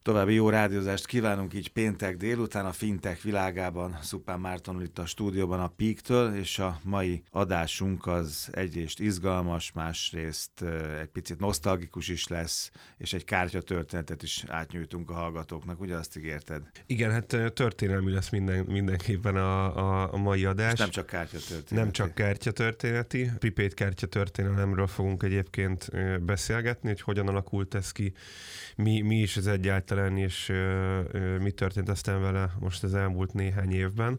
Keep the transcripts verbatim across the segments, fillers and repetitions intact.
További jó rádiózást kívánunk így péntek délután a fintech világában. Szupán Márton itt a stúdióban a Peak-től, és a mai adásunk az egyrészt izgalmas, másrészt egy picit nosztalgikus is lesz, és egy kártyatörténetet is átnyújtunk a hallgatóknak, ugye azt ígérted? Igen, hát történelmi lesz minden, mindenképpen a, a, a mai adás. És nem csak kártyatörténeti. Nem csak kártyatörténeti. Prepaid kártyatörténelemről fogunk egyébként beszélgetni, hogy hogyan alakult ez ki, mi, mi is ez egyáltalán, és uh, mi történt aztán vele most az elmúlt néhány évben,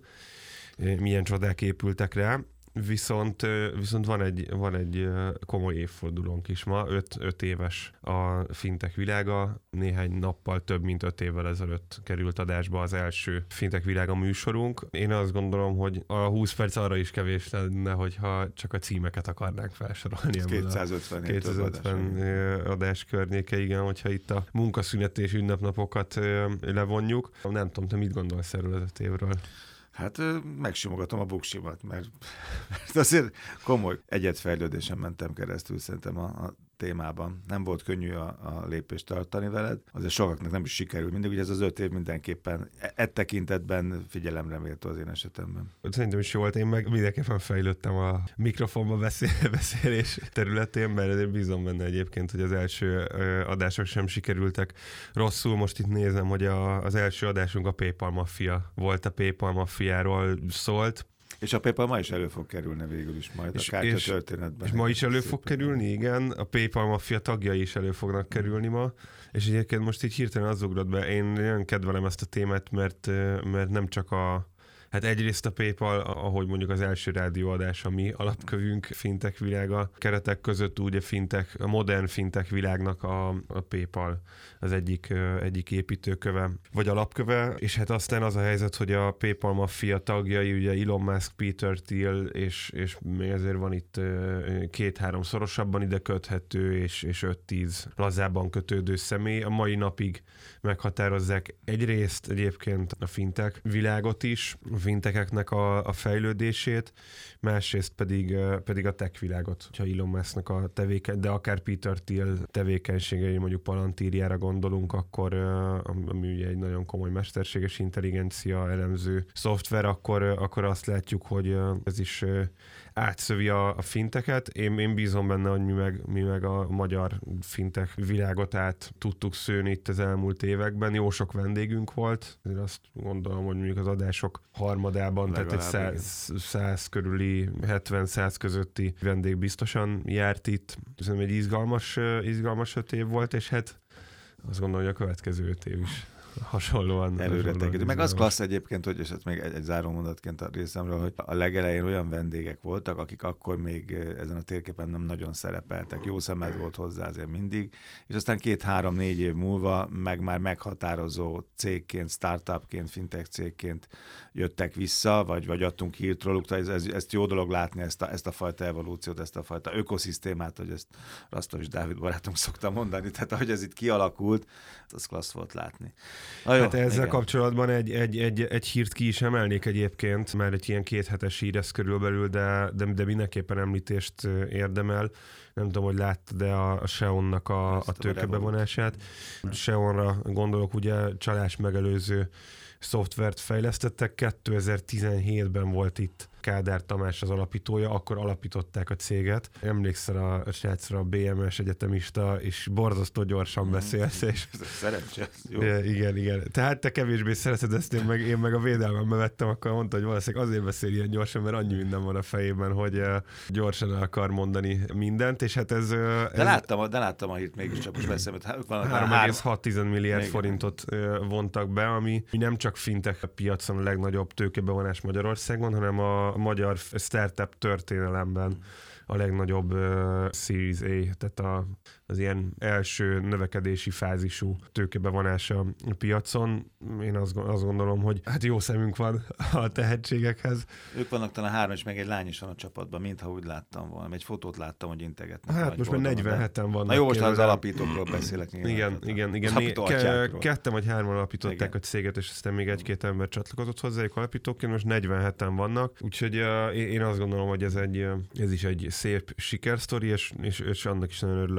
milyen csodák épültek rá. Viszont, viszont van egy, van egy komoly évfordulónk is ma, öt, öt éves a fintech világa, néhány nappal több mint öt évvel ezelőtt került adásba az első fintech világa műsorunk. Én azt gondolom, hogy a húsz perc arra is kevés lenne, hogyha csak a címeket akarnánk felsorolni. kétszázötven, kétszázötven adás környéke, igen, hogyha itt a munkaszünet és ünnepnapokat levonjuk. Nem tudom, te mit gondolsz erről az öt évről? Hát megsimogatom a buksimat, mert, mert azért komoly egyetfejlődésen mentem keresztül szerintem a, a témában. Nem volt könnyű a, a lépést tartani veled, azért sokaknak nem is sikerül mindig, ugye ez az öt év mindenképpen e tekintetben figyelemre méltó az én esetemben. Szerintem is jó volt, én meg mindenképpen fejlődtem a mikrofonba beszél, beszélés területén, mert én bízom benne egyébként, hogy az első adások sem sikerültek rosszul. Most itt nézem, hogy a, az első adásunk a PayPal Mafia volt, a PayPal Mafiáról szólt. És a PayPal ma is elő fog kerülni végül is majd és, a kártya történetben. És ma is elő fog kerülni, igen. A PayPal Mafia tagjai is elő fognak kerülni ma. És egyébként most így hirtelen az ugrott be. Én nagyon kedvelem ezt a témát, mert, mert nem csak a Hát egyrészt a PayPal, ahogy mondjuk az első rádióadás, a mi alapkövünk fintech világa keretek között, úgy a fintech, a modern fintech világnak a, a PayPal az egyik, egyik építőköve, vagy alapköve, és hát aztán az a helyzet, hogy a PayPal Mafia tagjai, ugye Elon Musk, Peter Thiel, és, és még ezért van itt két-három szorosabban ide köthető, és, és öt-tíz lazábban kötődő személy. A mai napig meghatározzák egyrészt egyébként a fintech világot is, a fintecheknek a, a fejlődését, másrészt pedig, pedig a tech világot, hogyha Elon Musknak a tevéken, de akár Peter Thiel tevékenységei, mondjuk Palantirjára gondolunk, akkor ami ugye egy nagyon komoly mesterséges intelligencia elemző szoftver, akkor, akkor azt látjuk, hogy ez is átszövi a, a finteket. Én, én bízom benne, hogy mi meg, mi meg a magyar fintech világot át tudtuk szőni itt az elmúlt években. Jó sok vendégünk volt. Én azt gondolom, hogy mondjuk az adások harmadában, legalább, tehát egy száz, száz körüli, hetven-száz közötti vendég biztosan járt itt. Szerintem egy izgalmas, izgalmas öt év volt, és hát azt gondolom, hogy a következő öt év is hasonlóan. Előre tekintő. Meg az klassz egyébként, hogy és ez még egy, egy záró mondatként a részemről, hogy a legelején olyan vendégek voltak, akik akkor még ezen a térképen nem nagyon szerepeltek. Jó szemed volt hozzá azért mindig, és aztán két-három-négy év múlva meg már meghatározó cégként, startupként, fintech cégként jöttek vissza, vagy, vagy adtunk hírt róluk. Ez, ez, ezt jó dolog látni, ezt a, ezt a fajta evolúciót, ezt a fajta ökoszisztémát, hogy ezt Rastovich Dávid barátunk szokta mondani, tehát ahogy ez itt kialakult, az klassz volt látni. Na jó, hát ezzel igen. kapcsolatban egy, egy, egy, egy hírt ki is emelnék egyébként, mert egy ilyen kéthetes hír ez körülbelül, de, de, de mindenképpen említést érdemel. Nem tudom, hogy láttad, de a, a Xeonnak a, a tőkebevonását. Xeonra gondolok, ugye csalás megelőző szoftvert fejlesztettek. kétezer-tizenhétben volt itt Kádár Tamás az alapítója, akkor alapították a céget. Emlékszel a srácra, a bé em es egyetemista, és borzasztó gyorsan beszélsz. És... Szerencsé. Igen, igen. Tehát te kevésbé szereted ezt, én meg, én meg a védelmembe vettem, akkor mondta, hogy valószínűleg azért beszél ilyen gyorsan, mert annyi minden van a fejében, hogy gyorsan el akar mondani mindent, és hát ez... ez... De, láttam, de láttam a hírt mégiscsak, most veszem, hogy három egész hat milliárd forintot vontak be, ami nem csak fintech piacon a legnagyobb tőkebevonás Magyarországon, hanem a a magyar startup történelemben a legnagyobb uh, Series A, tehát a, az ilyen első növekedési fázisú tőkebevonása a piacon. Én azt, azt gondolom, hogy hát jó szemünk van a tehetségekhez. Ők vannak talán három, és meg egy lány is van a csapatban, mintha úgy láttam volna. Egy fotót láttam, hogy integetnek. Hát most már negyvenheten vannak. Na jó, most az alapítókról beszélek. Nyilván, igen, igen, igen. Mi ke- ketten vagy hárman alapították igen. a céget, és aztán még egy-két ember csatlakozott hozzájuk alapítóként, most negyvenheten vannak. Úgyhogy uh, én azt gondolom, hogy ez, egy, ez is egy szép sikersztori, és, és, és annak is nagyon örülök, hogy itt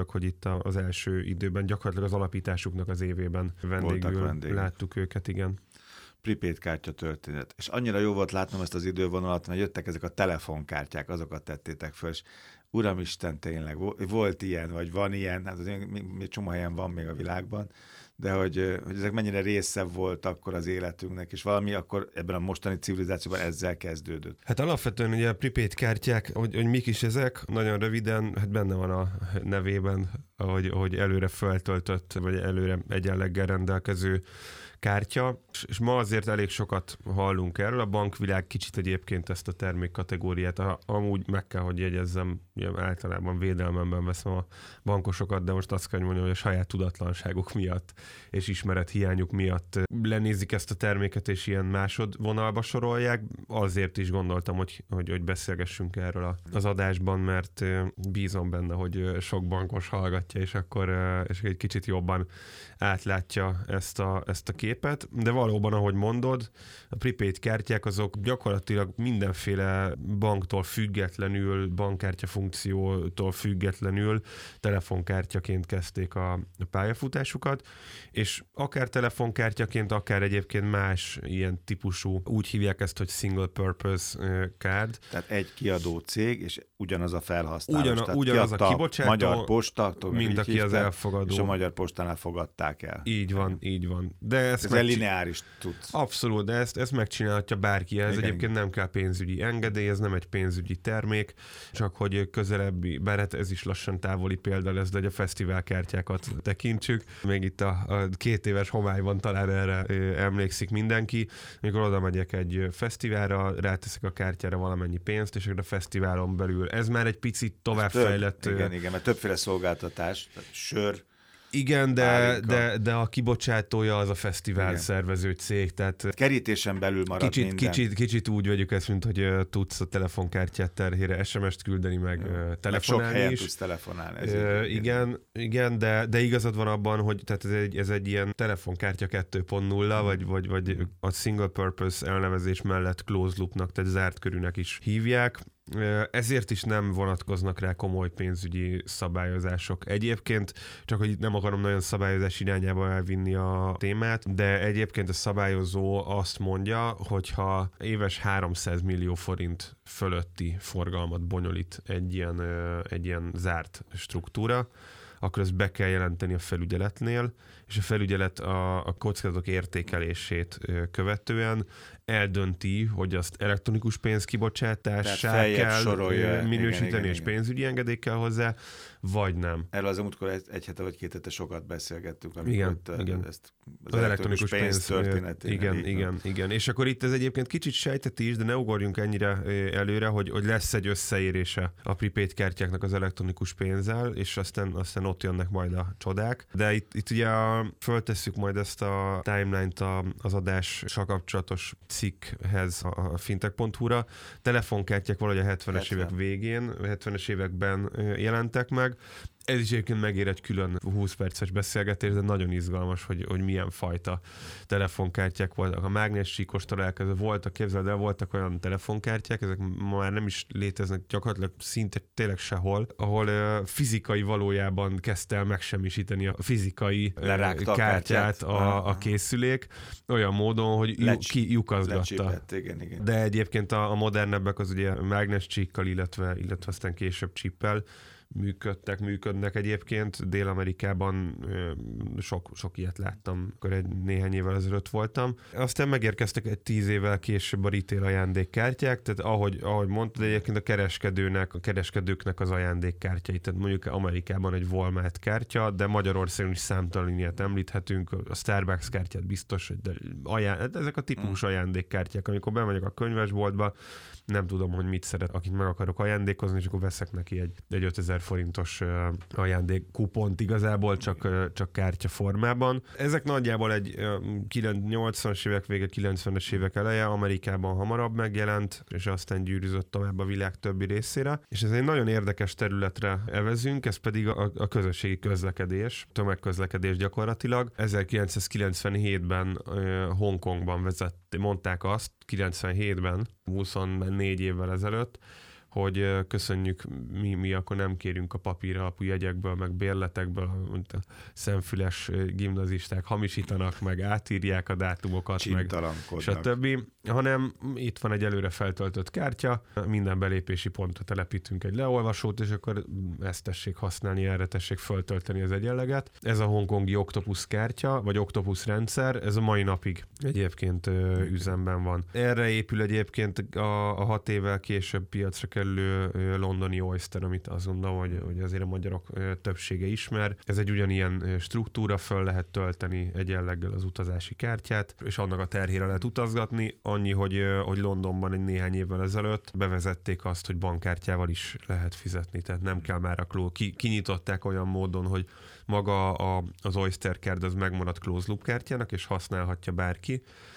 itt az első időben, gyakorlatilag az alapításuknak az évében vendégül láttuk őket, igen. Prepaid kártya történet. És annyira jó volt látnom ezt az idővonalat, hogy jöttek ezek a telefonkártyák, azokat tettétek föl, és Uramisten, tényleg, volt ilyen, vagy van ilyen, hát azért még csomó helyen van még a világban, de hogy, hogy ezek mennyire része volt akkor az életünknek, és valami akkor ebben a mostani civilizációban ezzel kezdődött. Hát alapvetően ugye a prepaid kártyák, hogy, hogy mik is ezek, nagyon röviden, hát benne van a nevében, hogy, hogy előre feltöltött, vagy előre egyenleggel rendelkező kártya, és ma azért elég sokat hallunk erről. A bankvilág kicsit egyébként ezt a termékkategóriát, amúgy meg kell, hogy jegyezzem, általában védelmemben veszem a bankosokat, de most azt kell mondjam, hogy a saját tudatlanságuk miatt és ismeret hiányuk miatt lenézik ezt a terméket, és ilyen másodvonalba sorolják. Azért is gondoltam, hogy, hogy, hogy beszélgessünk erről az adásban, mert bízom benne, hogy sok bankos hallgatja, és akkor és egy kicsit jobban átlátja ezt a, ezt a képet, de valóban, ahogy mondod, a prepaid kártyák azok gyakorlatilag mindenféle banktól függetlenül, bankkártya funkciótól függetlenül telefonkártyaként kezdték a, a pályafutásukat, és akár telefonkártyaként, akár egyébként más ilyen típusú, úgy hívják ezt, hogy single purpose card. Tehát egy kiadó cég, és ugyanaz a felhasználás. Ugyan, Tehát ugyanaz a kibocsátó, Magyar Posta, mint aki az elfogadó. És a Magyar Postánál fogadták el. Így van, így van. De ezt ez megcsin... egy lineáris tudsz. Abszolút, de ezt, ezt megcsinálhatja bárki. Ez igen. Egyébként nem kell pénzügyi engedély, ez nem egy pénzügyi termék, csak hogy közelebbi, bár hát ez is lassan távoli példa lesz, de hogy a fesztiválkártyákat tekintsük. Még itt a, a két éves homályban talán erre ö, emlékszik mindenki. Amikor oda megyek egy fesztiválra, ráteszek a kártyára valamennyi pénzt, és akkor a fesztiválon belül ez már egy picit továbbfejlett. Több, igen, igen, mert többféle szolgáltatás, sör, igen, de, de, de a kibocsátója az a fesztivál igen. szervező cég, tehát kerítésen belül marad kicsit, minden. Kicsit, kicsit úgy vegyük ezt, mint hogy uh, tudsz a telefonkártyát terhére es em es-t küldeni, meg uh, telefonálni meg sok helyen is. tudsz telefonálni. Ez uh, igen, igen, de, de igazad van abban, hogy tehát ez egy, ez egy ilyen telefonkártya kettő pont nulla, hmm. vagy, vagy, vagy a single purpose elnevezés mellett closed loopnak, tehát zárt körűnek is hívják. Ezért is nem vonatkoznak rá komoly pénzügyi szabályozások. Egyébként, csak hogy nem akarom nagyon szabályozás irányába elvinni a témát, de egyébként a szabályozó azt mondja, hogyha éves háromszáz millió forint fölötti forgalmat bonyolít egy ilyen, egy ilyen zárt struktúra, akkor ezt be kell jelenteni a felügyeletnél, és a felügyelet a, a kockázatok értékelését követően eldönti, hogy azt elektronikus pénzkibocsátássá kell sorolja, minősíteni, igen, és igen, pénzügyi engedély kell hozzá, vagy nem. Erről az múltkor egy, egy hete vagy két hete sokat beszélgettünk, amikor igen, ott, igen. ezt az, az elektronikus pénz, pénz történetén. Igen, igen, igen, igen. És akkor itt ez egyébként kicsit sejteti is, de ne ugorjunk ennyire előre, hogy, hogy lesz egy összeérése a prepaid kártyáknak az elektronikus pénzzel, és aztán, aztán ott jönnek majd a csodák. De itt, itt ugye a, föltesszük majd ezt a timeline-t a, az adással kapcsolatos cikkhez a fintech pont hu-ra. Telefonkártyák valahogy a hetvenes évek végén, hetvenes években jelentek meg. Ez is egyébként megér egy külön húsz perces beszélgetés, de nagyon izgalmas, hogy, hogy milyen fajta telefonkártyák voltak. A mágnescsíkostól elkezdve voltak, képzeld el, voltak olyan telefonkártyák, ezek ma már nem is léteznek gyakorlatilag szinte tényleg sehol, ahol uh, fizikai valójában kezdte el megsemmisíteni a fizikai uh, kártyát a, a, a készülék, olyan módon, hogy Lecs, ki lyukazgatta. Igen, igen. De egyébként a, a modernebbek az ugye mágnescsíkkal, illetve, illetve aztán később csippel működtek, működnek egyébként. Dél-Amerikában sok, sok ilyet láttam, akkor egy néhány évvel ezelőtt voltam. Aztán megérkeztek egy tíz évvel később a retail ajándékkártyák, tehát ahogy, ahogy mondtad, egyébként a kereskedőnek, a kereskedőknek az ajándékkártyai, tehát mondjuk Amerikában egy Walmart kártya, de Magyarországon is számtalan ilyet említhetünk, a Starbucks kártyát biztos, hogy de ajánl- ezek a típus ajándékkártyák, amikor bemegyek a könyvesboltba, nem tudom, hogy mit szeret, akit meg akarok ajándékozni, és akkor veszek neki egy, egy ötezer forintos uh, ajándékkupont igazából, csak, uh, csak kártya formában. Ezek nagyjából egy uh, nyolcvanas évek vége, kilencvenes évek eleje, Amerikában hamarabb megjelent, és aztán gyűrűzött tovább a világ többi részére. És ez egy nagyon érdekes területre evezünk, ez pedig a, a közösségi közlekedés, tömegközlekedés gyakorlatilag. ezerkilencszázkilencvenhétben uh, Hongkongban vezett, mondták azt, kilencvenhétben, huszonnégy évvel ezelőtt, hogy köszönjük, mi, mi akkor nem kérünk a papír alapú jegyekből, meg bérletekből, mint a szemfüles gimnazisták hamisítanak, meg átírják a dátumokat, meg stb., hanem itt van egy előre feltöltött kártya, minden belépési pontra telepítünk egy leolvasót, és akkor ezt tessék használni, erre tessék feltölteni az egyenleget. Ez a hongkongi Octopus kártya, vagy Octopus rendszer, ez a mai napig egyébként ö, üzemben van. Erre épül egyébként a, a hat évvel később piacra kerülő ö, londoni Oyster, amit azt gondolom, hogy, hogy azért a magyarok ö, többsége ismer. Ez egy ugyanilyen struktúra, föl lehet tölteni egyenleggel az utazási kártyát, és annak a terhére lehet utazgatni. Annyi, hogy, ö, hogy Londonban egy néhány évvel ezelőtt bevezették azt, hogy bankkártyával is lehet fizetni, tehát nem kell már a kló... Ki, kinyitották olyan módon, hogy maga a, az Oyster Card az megmaradt closed loop kártyának, és használhatja bárki,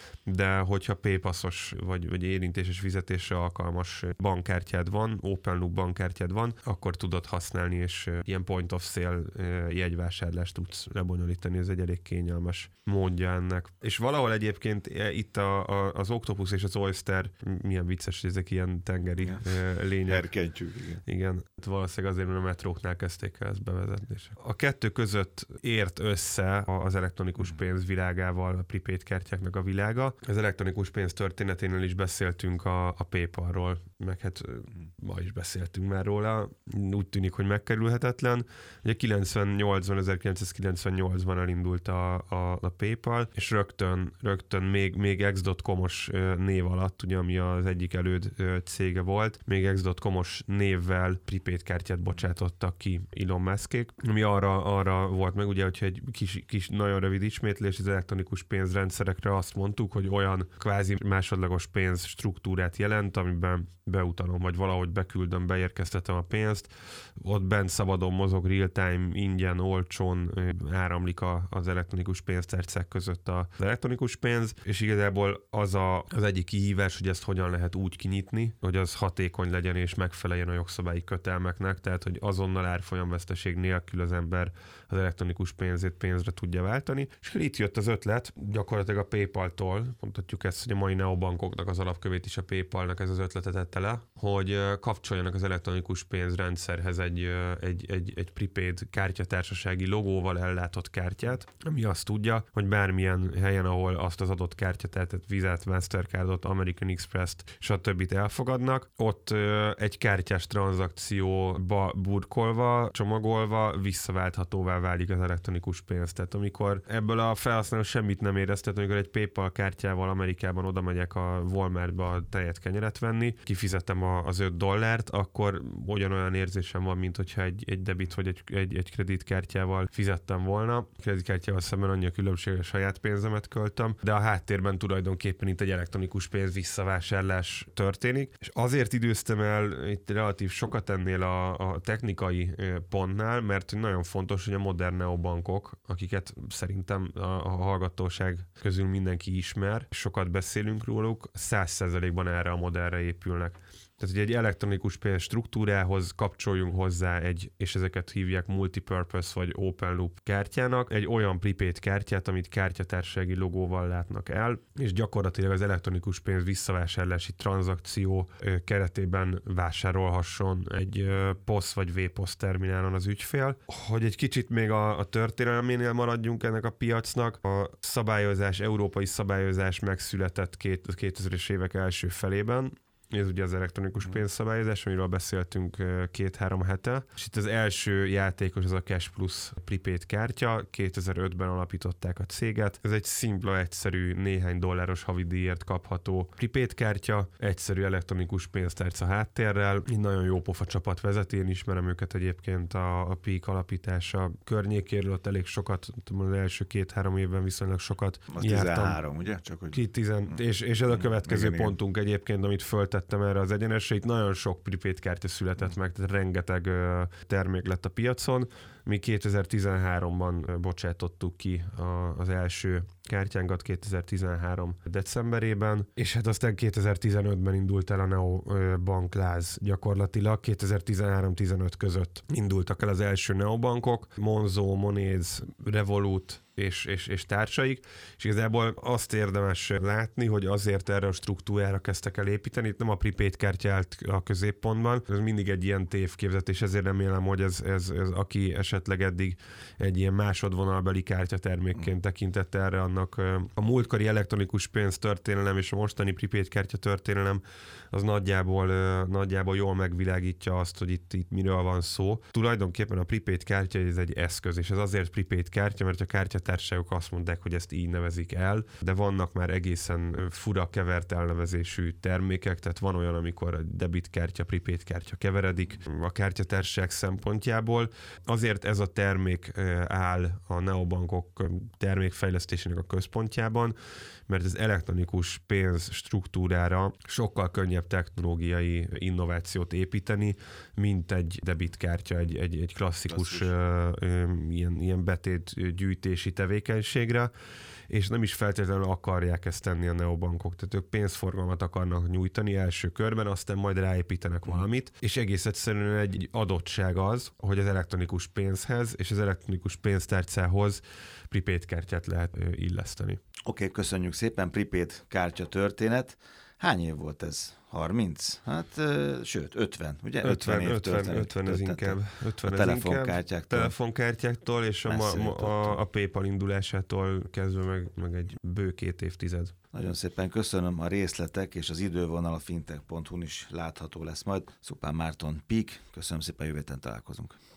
de hogyha PayPass-os vagy, vagy érintéses fizetésre alkalmas bankkártyád van, open loop bankkártyád van, akkor tudod használni, és ilyen point of sale jegyvásárlást tudsz lebonyolítani, ez egy elég kényelmes módja ennek. És valahol egyébként itt a, a, az Octopus és az Oyster, milyen vicces, hogy ezek ilyen tengeri igen. lények. Erkentyűk, igen. Igen. Valószínűleg azért, mert a metróknál kezdték el ezt bevezetni. A kettő között ért össze az elektronikus pénz világával, a prepaid kártyáknak a világa. Az elektronikus pénz történeténél is beszéltünk a, a PayPal-ról, meg hát ma is beszéltünk már róla. Úgy tűnik, hogy megkerülhetetlen. Ugye kilencvennyolcban, ezerkilencszázkilencvennyolcban elindult a, a, a PayPal, és rögtön, rögtön még, még X dot com-os név alatt, ugye, ami az egyik előd cége volt, még X dot com-os névvel prepaid kártyát bocsátottak ki Elon Muskék, ami arra, arra volt meg, ugye, hogyha egy kis, kis nagyon rövid ismétlés, az elektronikus pénzrendszerekre azt mondtuk, hogy olyan kvázi másodlagos pénz struktúrát jelent, amiben beutalom, vagy valahogy beküldöm, beérkeztetem a pénzt, ott bent szabadon mozog, real-time, ingyen, olcsón áramlik a, az elektronikus pénztárcák között az elektronikus pénz, és igazából az a, az egyik kihívás, hogy ezt hogyan lehet úgy kinyitni, hogy az hatékony legyen és megfeleljen a jogszabályi kötelmeknek, tehát hogy azonnal árfolyamveszteség nélkül az ember az elektronikus pénzét pénzre tudja váltani. És itt jött az ötlet, gyakorlatilag a PayPal-tól, mondhatjuk ezt, hogy a mai neobankoknak az alapkövét is a PayPal-nak ez az ötletet tette le, hogy kapcsoljanak az elektronikus pénzrendszerhez egy, egy, egy, egy prepaid kártyatársasági logóval ellátott kártyát, ami azt tudja, hogy bármilyen helyen, ahol azt az adott kártyát, tehát Visa-t, Mastercardot, American Express-t, stb. Elfogadnak, ott egy kártyás tranzakcióba burkolva, csomagolva visszaválthatóvá válik az elektronikus pénz. Tehát amikor ebből a felhasználó semmit nem érez, tehát amikor egy PayPal kártyával Amerikában oda megyek a Walmartba tejet, kenyeret venni, kifizetem a, az öt dollárt, akkor ugyanolyan érzésem van, mint hogyha egy, egy debit vagy egy, egy, egy kreditkártyával fizettem volna. Kreditkártyával szemben annyi a különbség, hogy a saját pénzemet költöm, de a háttérben tulajdonképpen itt egy elektronikus pénz visszavásárlás történik. És azért időztem el itt relatív sokat ennél a, a technikai pontnál, mert nagyon fontos, hogy a modern neobankok, akiket szerintem a, a hallgatóság közül mindenki ismer, sokat beszélünk róluk, száz százalékban erre a modellre épülnek. Tehát, hogy egy elektronikus pénz struktúrához kapcsoljunk hozzá egy, és ezeket hívják multipurpose vagy open loop kártyának, egy olyan prepaid kártyát, amit kártyatársasági logóval látnak el, és gyakorlatilag az elektronikus pénz visszavásárlási tranzakció keretében vásárolhasson egy pé o es vagy vé pé o es terminálon az ügyfél. Hogy egy kicsit még a, a történelménél maradjunk ennek a piacnak, a szabályozás, európai szabályozás megszületett két, kétezres évek első felében. Ez ugye az elektronikus pénzszabályozás, amiről beszéltünk két-három hete. És itt az első játékos az a Cash Plus prepaid kártya, kétezer-ötben alapították a céget. Ez egy szimpla, egyszerű, néhány dolláros havidíjért kapható prepaid kártya, egyszerű elektronikus pénztárca háttérrel. Egy nagyon jó pofa csapat vezet, én ismerem őket egyébként a, a Peak alapítása környékéről, ott elég sokat, az első két-három évben viszonylag sokat az jártam. tizenhárom, ugye? Csak hogy... Ki tizen... és, és ez a következő igen, pontunk igen. Egyébként, amit fölt tettem erre az egyenesre, itt nagyon sok prepaid kártya született meg, tehát rengeteg ö, termék lett a piacon. Mi kétezer-tizenháromban bocsátottuk ki a, az első kártyánkat kétezer-tizenhárom decemberében, és hát aztán kétezer-tizenötben indult el a neobank láz gyakorlatilag. kétezer-tizenhárom-tizenöt között indultak el az első neobankok. Monzo, Monese, Revolut, és, és, és társaik, és igazából azt érdemes látni, hogy azért erre a struktúrára kezdtek el építeni, itt nem a prepaid kártya állt a középpontban, ez mindig egy ilyen tévképzet, és ezért remélem, hogy ez, ez, ez aki esetleg eddig egy ilyen másodvonalbeli kártyatermékként tekintett erre, annak a múltkori elektronikus pénztörténelem és a mostani prepaid kártya történelem az nagyjából, nagyjából jól megvilágítja azt, hogy itt, itt miről van szó. Tulajdonképpen a prepaid kártya ez egy eszköz, és ez azért prepaid kártya, mert a kártyatársaságok azt mondják, hogy ezt így nevezik el, de vannak már egészen fura kevert elnevezésű termékek, tehát van olyan, amikor a debitkártya, prepaid kártya keveredik a kártyatársaság szempontjából. Azért ez a termék áll a neobankok termékfejlesztésének a központjában, mert az elektronikus pénz struktúrára sokkal könnyebb technológiai innovációt építeni, mint egy debitkártya, egy, egy, egy klasszikus uh, uh, ilyen, ilyen betétgyűjtési tevékenységre, és nem is feltétlenül akarják ezt tenni a neobankok. Tehát ők pénzforgalmat akarnak nyújtani első körben, aztán majd ráépítenek valamit, és egész egyszerűen egy adottság az, hogy az elektronikus pénzhez és az elektronikus pénztárcához prepaid kártyát lehet illeszteni. Oké, okay, köszönjük szépen, prepaid kártya történet. Hány év volt ez? harminc? Hát, uh, sőt, ötven, ugye? ötven, év ötven, ötven ez inkább. ötven a telefonkártyáktól. Telefonkártyáktól, és a, ma, a, a PayPal indulásától kezdve meg, meg egy bő két évtized. Nagyon szépen köszönöm, a részletek és az idővonal a fintech pont hu-n is látható lesz majd. Szupán Márton Pík, köszönöm szépen, jövő héten találkozunk.